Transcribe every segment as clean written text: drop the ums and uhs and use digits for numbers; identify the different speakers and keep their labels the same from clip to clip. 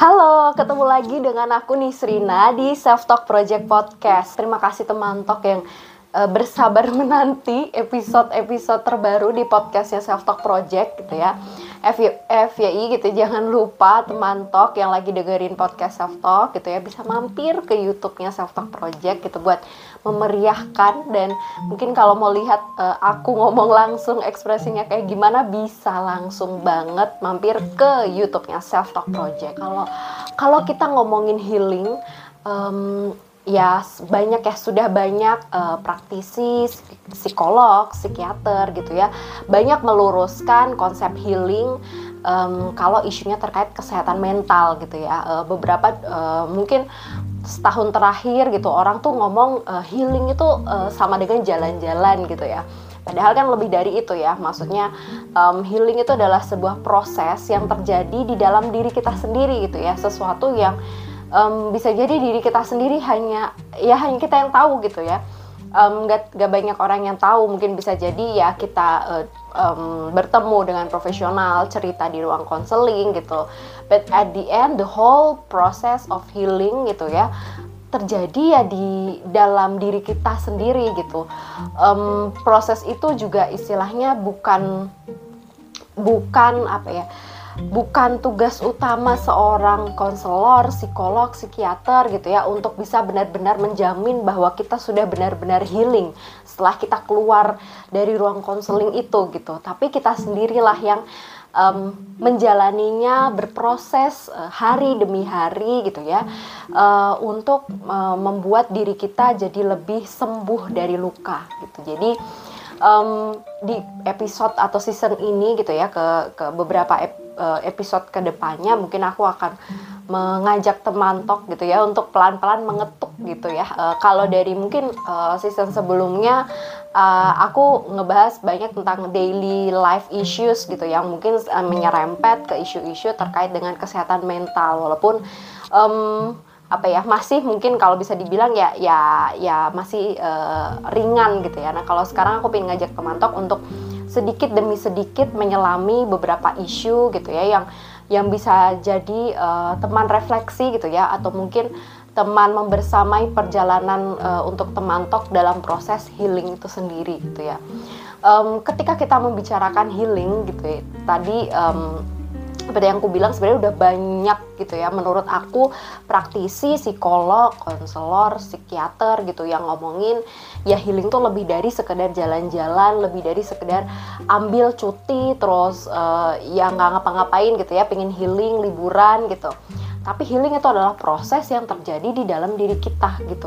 Speaker 1: Halo, ketemu lagi dengan aku Nisrina di Self Talk Project Podcast. Terima kasih teman talk yang bersabar menanti episode terbaru di podcastnya Self Talk Project gitu ya. FYI gitu, jangan lupa teman talk yang lagi dengerin podcast Self Talk gitu ya, bisa mampir ke YouTube-nya Self Talk Project gitu buat memeriahkan. Dan mungkin kalau mau lihat aku ngomong langsung ekspresinya kayak gimana, bisa langsung banget mampir ke YouTube-nya Self Talk Project. Kalau kita ngomongin healing, ya banyak ya, sudah banyak praktisi, psikolog, psikiater gitu ya, banyak meluruskan konsep healing kalau isunya terkait kesehatan mental gitu ya. Beberapa mungkin setahun terakhir gitu orang tuh ngomong healing itu sama dengan jalan-jalan gitu ya. Padahal kan lebih dari itu ya, maksudnya healing itu adalah sebuah proses yang terjadi di dalam diri kita sendiri gitu ya, sesuatu yang bisa jadi diri kita sendiri hanya kita yang tahu gitu ya. Gak banyak orang yang tahu. Mungkin bisa jadi ya kita bertemu dengan profesional, cerita di ruang konseling gitu, but at the end the whole process of healing gitu ya terjadi ya di dalam diri kita sendiri gitu. Proses itu juga istilahnya bukan tugas utama seorang konselor, psikolog, psikiater gitu ya untuk bisa benar-benar menjamin bahwa kita sudah benar-benar healing setelah kita keluar dari ruang konseling itu gitu. Tapi kita sendirilah yang menjalaninya, berproses hari demi hari gitu ya, untuk membuat diri kita jadi lebih sembuh dari luka gitu. Jadi di episode atau season ini gitu ya, ke beberapa episode kedepannya mungkin aku akan mengajak teman talk gitu ya untuk pelan-pelan mengetuk gitu ya. Kalau dari mungkin season sebelumnya aku ngebahas banyak tentang daily life issues gitu yang mungkin menyerempet ke isu-isu terkait dengan kesehatan mental, walaupun masih mungkin kalau bisa dibilang ya masih ringan gitu ya. Nah kalau sekarang aku pengen ngajak teman talk untuk sedikit demi sedikit menyelami beberapa isu gitu ya yang bisa jadi teman refleksi gitu ya, atau mungkin teman membersamai perjalanan untuk teman talk dalam proses healing itu sendiri gitu ya. Ketika kita membicarakan healing gitu ya, tadi seperti yang aku bilang sebenarnya udah banyak gitu ya menurut aku praktisi, psikolog, konselor, psikiater gitu yang ngomongin ya healing tuh lebih dari sekedar jalan-jalan, lebih dari sekedar ambil cuti terus ya nggak ngapa-ngapain gitu ya, pengen healing, liburan gitu. Tapi healing itu adalah proses yang terjadi di dalam diri kita gitu.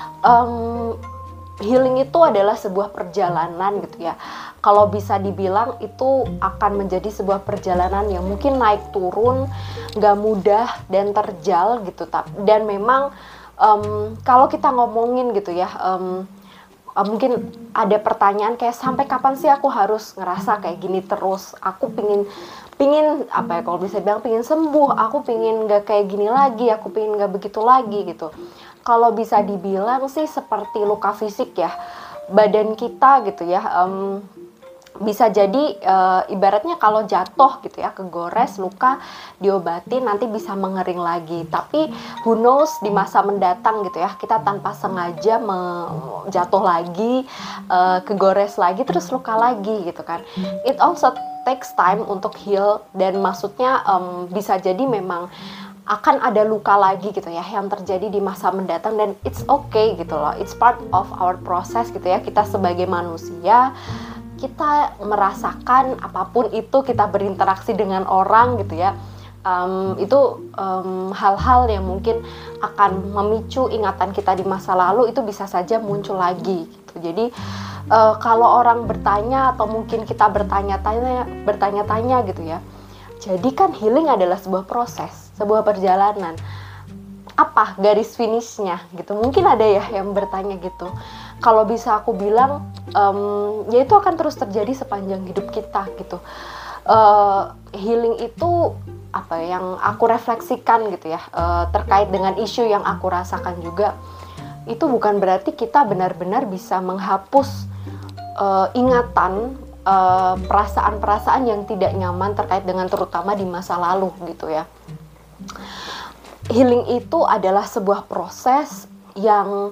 Speaker 1: Healing itu adalah sebuah perjalanan gitu ya. Kalau bisa dibilang itu akan menjadi sebuah perjalanan yang mungkin naik turun, gak mudah dan terjal gitu. Dan memang kalau kita ngomongin gitu ya, mungkin ada pertanyaan kayak sampai kapan sih aku harus ngerasa kayak gini terus? Aku pingin kalau bisa bilang pingin sembuh, aku pingin gak kayak gini lagi, aku pingin gak begitu lagi gitu. Kalau bisa dibilang sih seperti luka fisik ya, badan kita gitu ya, bisa jadi ibaratnya kalau jatuh gitu ya, kegores, luka, diobati nanti bisa mengering lagi. Tapi who knows di masa mendatang gitu ya, kita tanpa sengaja jatuh lagi, kegores lagi, terus luka lagi gitu kan. It also takes time untuk heal, dan maksudnya bisa jadi memang akan ada luka lagi gitu ya yang terjadi di masa mendatang, dan it's okay gitu loh, it's part of our process gitu ya. Kita sebagai manusia, kita merasakan apapun itu, kita berinteraksi dengan orang gitu ya, itu hal-hal yang mungkin akan memicu ingatan kita di masa lalu itu bisa saja muncul lagi gitu. Jadi kalau orang bertanya atau mungkin kita bertanya-tanya gitu ya, jadi kan healing adalah sebuah proses, sebuah perjalanan. Apa garis finishnya gitu? Mungkin ada ya yang bertanya gitu. Kalau bisa aku bilang, ya itu akan terus terjadi sepanjang hidup kita gitu. Healing itu apa yang aku refleksikan gitu ya, terkait dengan isu yang aku rasakan juga. Itu bukan berarti kita benar-benar bisa menghapus ingatan, perasaan-perasaan yang tidak nyaman terkait dengan terutama di masa lalu gitu ya. healing itu adalah sebuah proses yang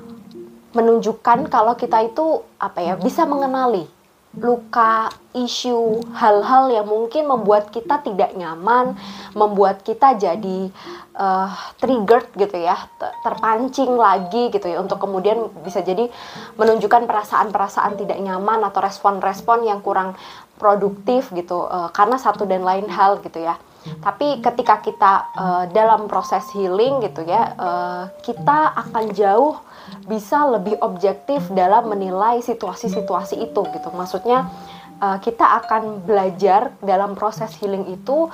Speaker 1: menunjukkan kalau kita itu bisa mengenali luka, isu, hal-hal yang mungkin membuat kita tidak nyaman, membuat kita jadi triggered gitu ya, terpancing lagi gitu ya, untuk kemudian bisa jadi menunjukkan perasaan-perasaan tidak nyaman atau respon-respon yang kurang produktif gitu, karena satu dan lain hal gitu ya. Tapi ketika kita dalam proses healing gitu ya, kita akan jauh bisa lebih objektif dalam menilai situasi-situasi itu gitu. Maksudnya kita akan belajar dalam proses healing itu,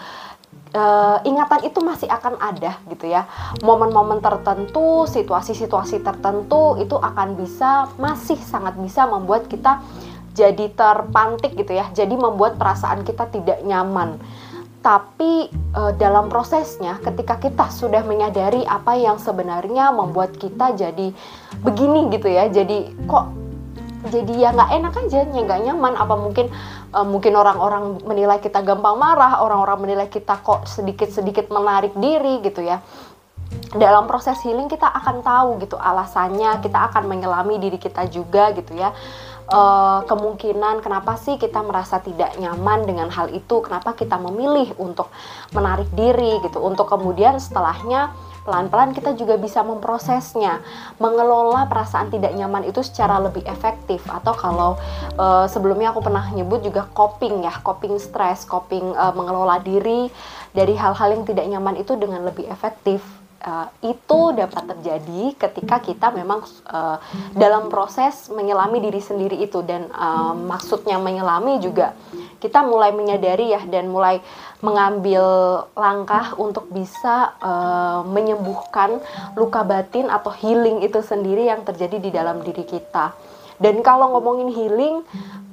Speaker 1: ingatan itu masih akan ada gitu ya. Momen-momen tertentu, situasi-situasi tertentu itu akan masih sangat bisa membuat kita jadi terpantik gitu ya. Jadi membuat perasaan kita tidak nyaman. Tapi dalam prosesnya, ketika kita sudah menyadari apa yang sebenarnya membuat kita jadi begini gitu ya, jadi kok jadi ya nggak enak aja, nggak nyaman. Apa mungkin orang-orang menilai kita gampang marah, orang-orang menilai kita kok sedikit-sedikit menarik diri gitu ya. Dalam proses healing kita akan tahu gitu alasannya, kita akan menyelami diri kita juga gitu ya. Kemungkinan kenapa sih kita merasa tidak nyaman dengan hal itu, kenapa kita memilih untuk menarik diri gitu, untuk kemudian setelahnya pelan-pelan kita juga bisa memprosesnya, mengelola perasaan tidak nyaman itu secara lebih efektif. Atau kalau sebelumnya aku pernah nyebut juga coping stres, mengelola diri dari hal-hal yang tidak nyaman itu dengan lebih efektif. Itu dapat terjadi ketika kita memang dalam proses menyelami diri sendiri itu. Dan maksudnya menyelami juga kita mulai menyadari ya, dan mulai mengambil langkah untuk bisa menyembuhkan luka batin atau healing itu sendiri yang terjadi di dalam diri kita. Dan kalau ngomongin healing,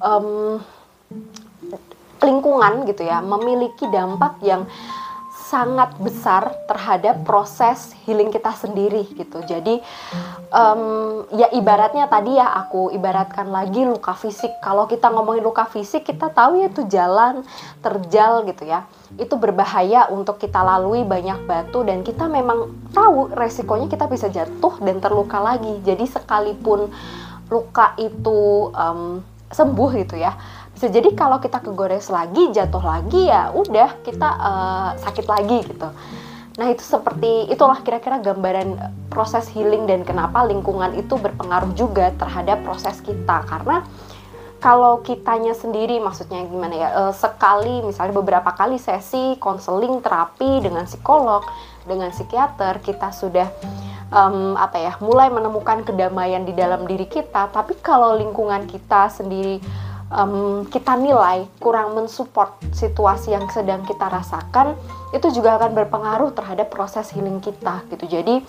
Speaker 1: lingkungan gitu ya memiliki dampak yang sangat besar terhadap proses healing kita sendiri gitu. Jadi ya ibaratnya tadi ya, aku ibaratkan lagi luka fisik. Kalau kita ngomongin luka fisik, kita tahu ya itu jalan terjal gitu ya, itu berbahaya untuk kita lalui, banyak batu, dan kita memang tahu resikonya kita bisa jatuh dan terluka lagi. Jadi sekalipun luka itu sembuh gitu ya, bisa jadi kalau kita kegores lagi, jatuh lagi, ya udah kita sakit lagi gitu. Nah itulah kira-kira gambaran proses healing dan kenapa lingkungan itu berpengaruh juga terhadap proses kita. Karena kalau kitanya sendiri, maksudnya gimana ya, sekali misalnya beberapa kali sesi konseling terapi dengan psikolog, dengan psikiater, kita sudah mulai menemukan kedamaian di dalam diri kita. Tapi kalau lingkungan kita sendiri kita nilai kurang mensupport situasi yang sedang kita rasakan, itu juga akan berpengaruh terhadap proses healing kita gitu. Jadi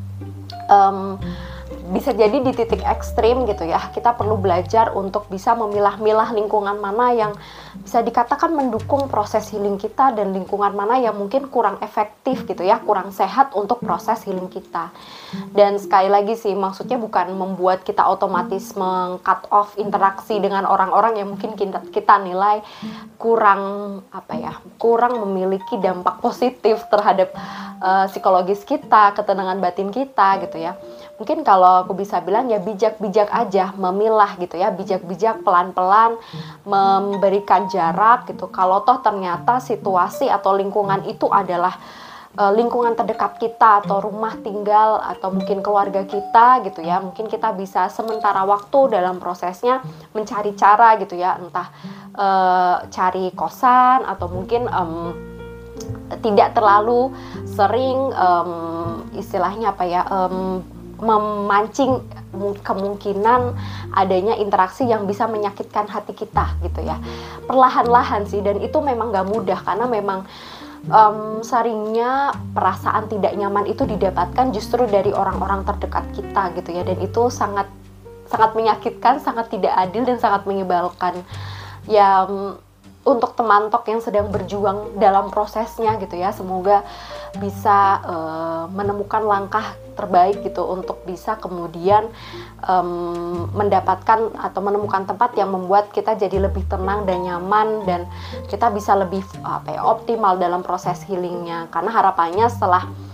Speaker 1: bisa jadi di titik ekstrim gitu ya, kita perlu belajar untuk bisa memilah-milah lingkungan mana yang bisa dikatakan mendukung proses healing kita, dan lingkungan mana yang mungkin kurang efektif gitu ya, kurang sehat untuk proses healing kita. Dan sekali lagi sih, maksudnya bukan membuat kita otomatis meng-cut off interaksi dengan orang-orang yang mungkin kita nilai kurang memiliki dampak positif terhadap psikologis kita, ketenangan batin kita gitu ya. Mungkin kalau aku bisa bilang ya, bijak-bijak aja memilah gitu ya, bijak-bijak pelan-pelan memberikan jarak gitu. Kalau toh ternyata situasi atau lingkungan itu adalah lingkungan terdekat kita, atau rumah tinggal, atau mungkin keluarga kita gitu ya, mungkin kita bisa sementara waktu dalam prosesnya mencari cara gitu ya, entah cari kosan, atau mungkin tidak terlalu sering istilahnya memancing kemungkinan adanya interaksi yang bisa menyakitkan hati kita gitu ya. Perlahan-lahan sih, dan itu memang gak mudah, karena memang seringnya perasaan tidak nyaman itu didapatkan justru dari orang-orang terdekat kita gitu ya, dan itu sangat menyakitkan, sangat tidak adil, dan sangat menyebalkan ya. Untuk teman tok yang sedang berjuang dalam prosesnya gitu ya, semoga bisa menemukan langkah terbaik gitu untuk bisa kemudian mendapatkan atau menemukan tempat yang membuat kita jadi lebih tenang dan nyaman, dan kita bisa lebih optimal dalam proses healingnya. Karena harapannya setelah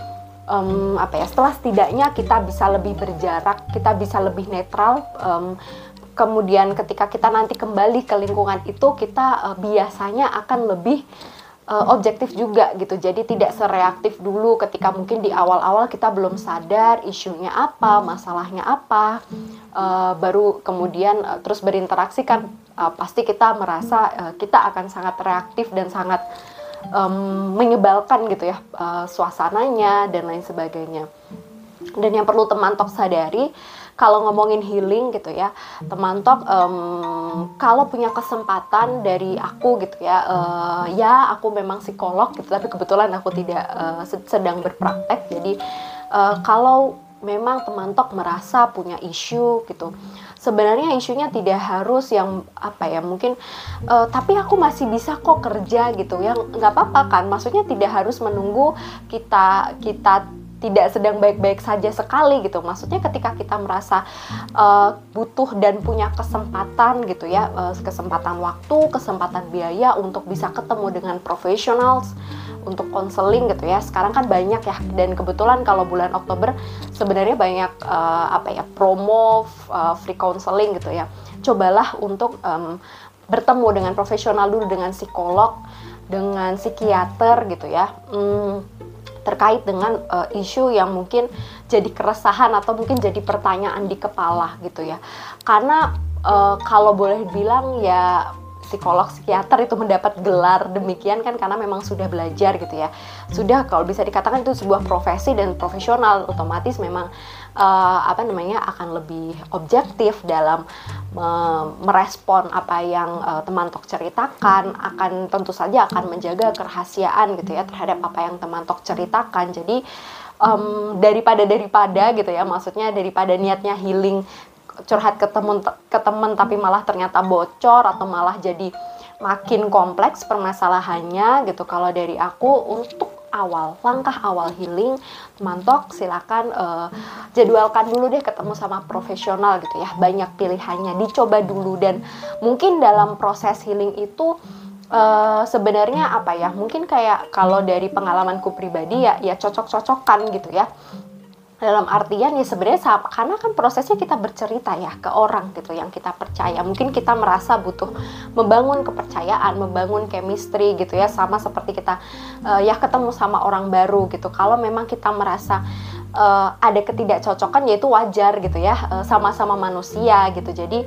Speaker 1: setelah setidaknya kita bisa lebih berjarak, kita bisa lebih netral. Kemudian ketika kita nanti kembali ke lingkungan itu, kita biasanya akan lebih objektif juga gitu. Jadi tidak sereaktif dulu ketika mungkin di awal-awal kita belum sadar isunya apa, masalahnya apa, baru kemudian terus berinteraksi kan pasti kita merasa kita akan sangat reaktif dan sangat menyebalkan gitu ya suasananya dan lain sebagainya. Dan yang perlu teman talk sadari, kalau ngomongin healing gitu ya, teman talk kalau punya kesempatan dari aku gitu ya, ya aku memang psikolog gitu, tapi kebetulan aku tidak sedang berpraktek. Jadi kalau memang teman talk merasa punya isu gitu, sebenarnya isunya tidak harus yang mungkin tapi aku masih bisa kok kerja gitu ya, nggak apa-apa kan, maksudnya tidak harus menunggu kita tidak sedang baik-baik saja sekali gitu. Maksudnya ketika kita merasa butuh dan punya kesempatan gitu ya, kesempatan waktu, kesempatan biaya untuk bisa ketemu dengan profesionals untuk konseling gitu ya. Sekarang kan banyak ya, dan kebetulan kalau bulan Oktober sebenarnya banyak promo free counseling gitu ya. Cobalah untuk bertemu dengan profesional dulu, dengan psikolog, dengan psikiater gitu ya. Terkait dengan isu yang mungkin jadi keresahan atau mungkin jadi pertanyaan di kepala gitu ya. Karena kalau boleh bilang ya, psikolog, psikiater itu mendapat gelar demikian kan karena memang sudah belajar gitu ya. Sudah, kalau bisa dikatakan itu sebuah profesi dan profesional, otomatis memang akan lebih objektif dalam merespon apa yang teman talk ceritakan, akan tentu saja akan menjaga kerahasiaan gitu ya terhadap apa yang teman talk ceritakan. Jadi daripada gitu ya, maksudnya daripada niatnya healing, curhat ke teman tapi malah ternyata bocor atau malah jadi makin kompleks permasalahannya gitu. Kalau dari aku, untuk langkah awal healing, teman talk silakan jadwalkan dulu deh ketemu sama profesional gitu ya. Banyak pilihannya, dicoba dulu. Dan mungkin dalam proses healing itu sebenarnya mungkin kayak kalau dari pengalamanku pribadi ya cocok-cocokan gitu ya. Dalam artian ya sebenarnya karena kan prosesnya kita bercerita ya ke orang gitu yang kita percaya. Mungkin kita merasa butuh membangun kepercayaan, membangun chemistry gitu ya, sama seperti kita ketemu sama orang baru gitu. Kalau memang kita merasa ada ketidakcocokan, ya itu wajar gitu ya, sama-sama manusia gitu. Jadi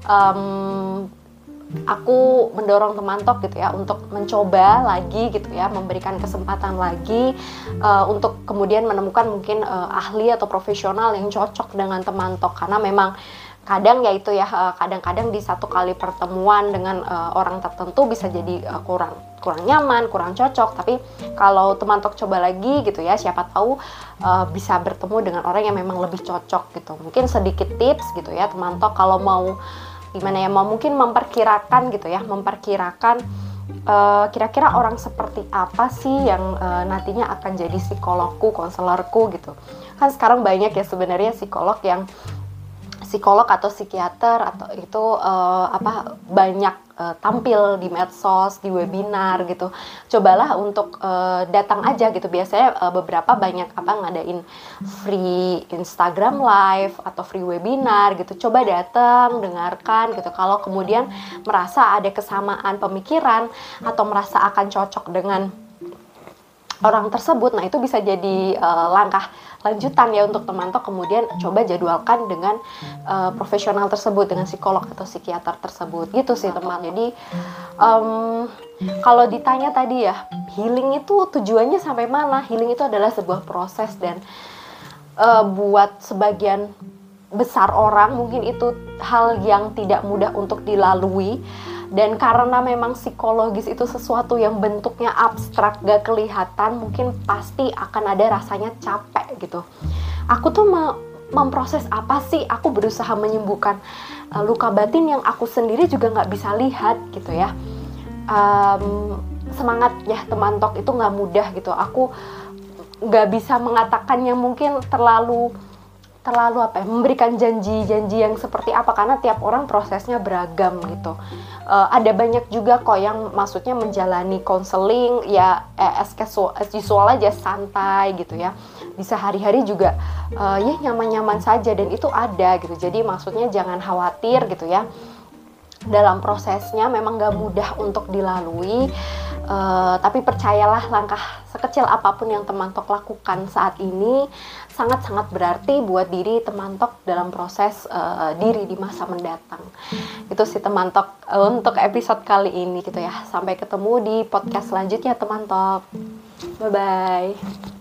Speaker 1: aku mendorong teman talk gitu ya untuk mencoba lagi gitu ya, memberikan kesempatan lagi untuk kemudian menemukan mungkin ahli atau profesional yang cocok dengan teman talk. Karena memang kadang ya itu ya, kadang-kadang di satu kali pertemuan dengan orang tertentu bisa jadi kurang nyaman, kurang cocok. Tapi kalau teman talk coba lagi gitu ya, siapa tahu bisa bertemu dengan orang yang memang lebih cocok gitu. Mungkin sedikit tips gitu ya, teman talk kalau mau mungkin memperkirakan gitu ya, kira-kira orang seperti apa sih yang nantinya akan jadi psikologku, konselorku gitu. Kan sekarang banyak ya sebenarnya psikolog atau psikiater atau itu banyak tampil di medsos, di webinar gitu. Cobalah untuk datang aja gitu. Biasanya beberapa banyak ngadain free Instagram live atau free webinar gitu. Coba datang, dengarkan gitu. Kalau kemudian merasa ada kesamaan pemikiran atau merasa akan cocok dengan orang tersebut, nah itu bisa jadi langkah lanjutan ya untuk teman talk. Kemudian coba jadwalkan dengan profesional tersebut, dengan psikolog atau psikiater tersebut gitu sih teman. Jadi kalau ditanya tadi ya, healing itu tujuannya sampai mana? Healing itu adalah sebuah proses, dan buat sebagian besar orang mungkin itu hal yang tidak mudah untuk dilalui. Dan karena memang psikologis itu sesuatu yang bentuknya abstrak, gak kelihatan, mungkin pasti akan ada rasanya capek gitu. Aku tuh memproses apa sih? Aku berusaha menyembuhkan luka batin yang aku sendiri juga gak bisa lihat gitu ya. Semangat ya teman talk itu gak mudah gitu. Aku gak bisa mengatakan yang mungkin terlalu terlalu memberikan janji-janji yang seperti apa, karena tiap orang prosesnya beragam gitu. Ada banyak juga kok yang maksudnya menjalani konseling ya as usual aja, santai gitu ya, bisa hari-hari juga ya nyaman-nyaman saja, dan itu ada gitu. Jadi maksudnya jangan khawatir gitu ya, dalam prosesnya memang gak mudah untuk dilalui, tapi percayalah, langkah sekecil apapun yang teman Tok lakukan saat ini sangat-sangat berarti buat diri teman Tok dalam proses diri di masa mendatang. Itu sih teman Tok untuk episode kali ini gitu ya. Sampai ketemu di podcast selanjutnya teman Tok. Bye bye.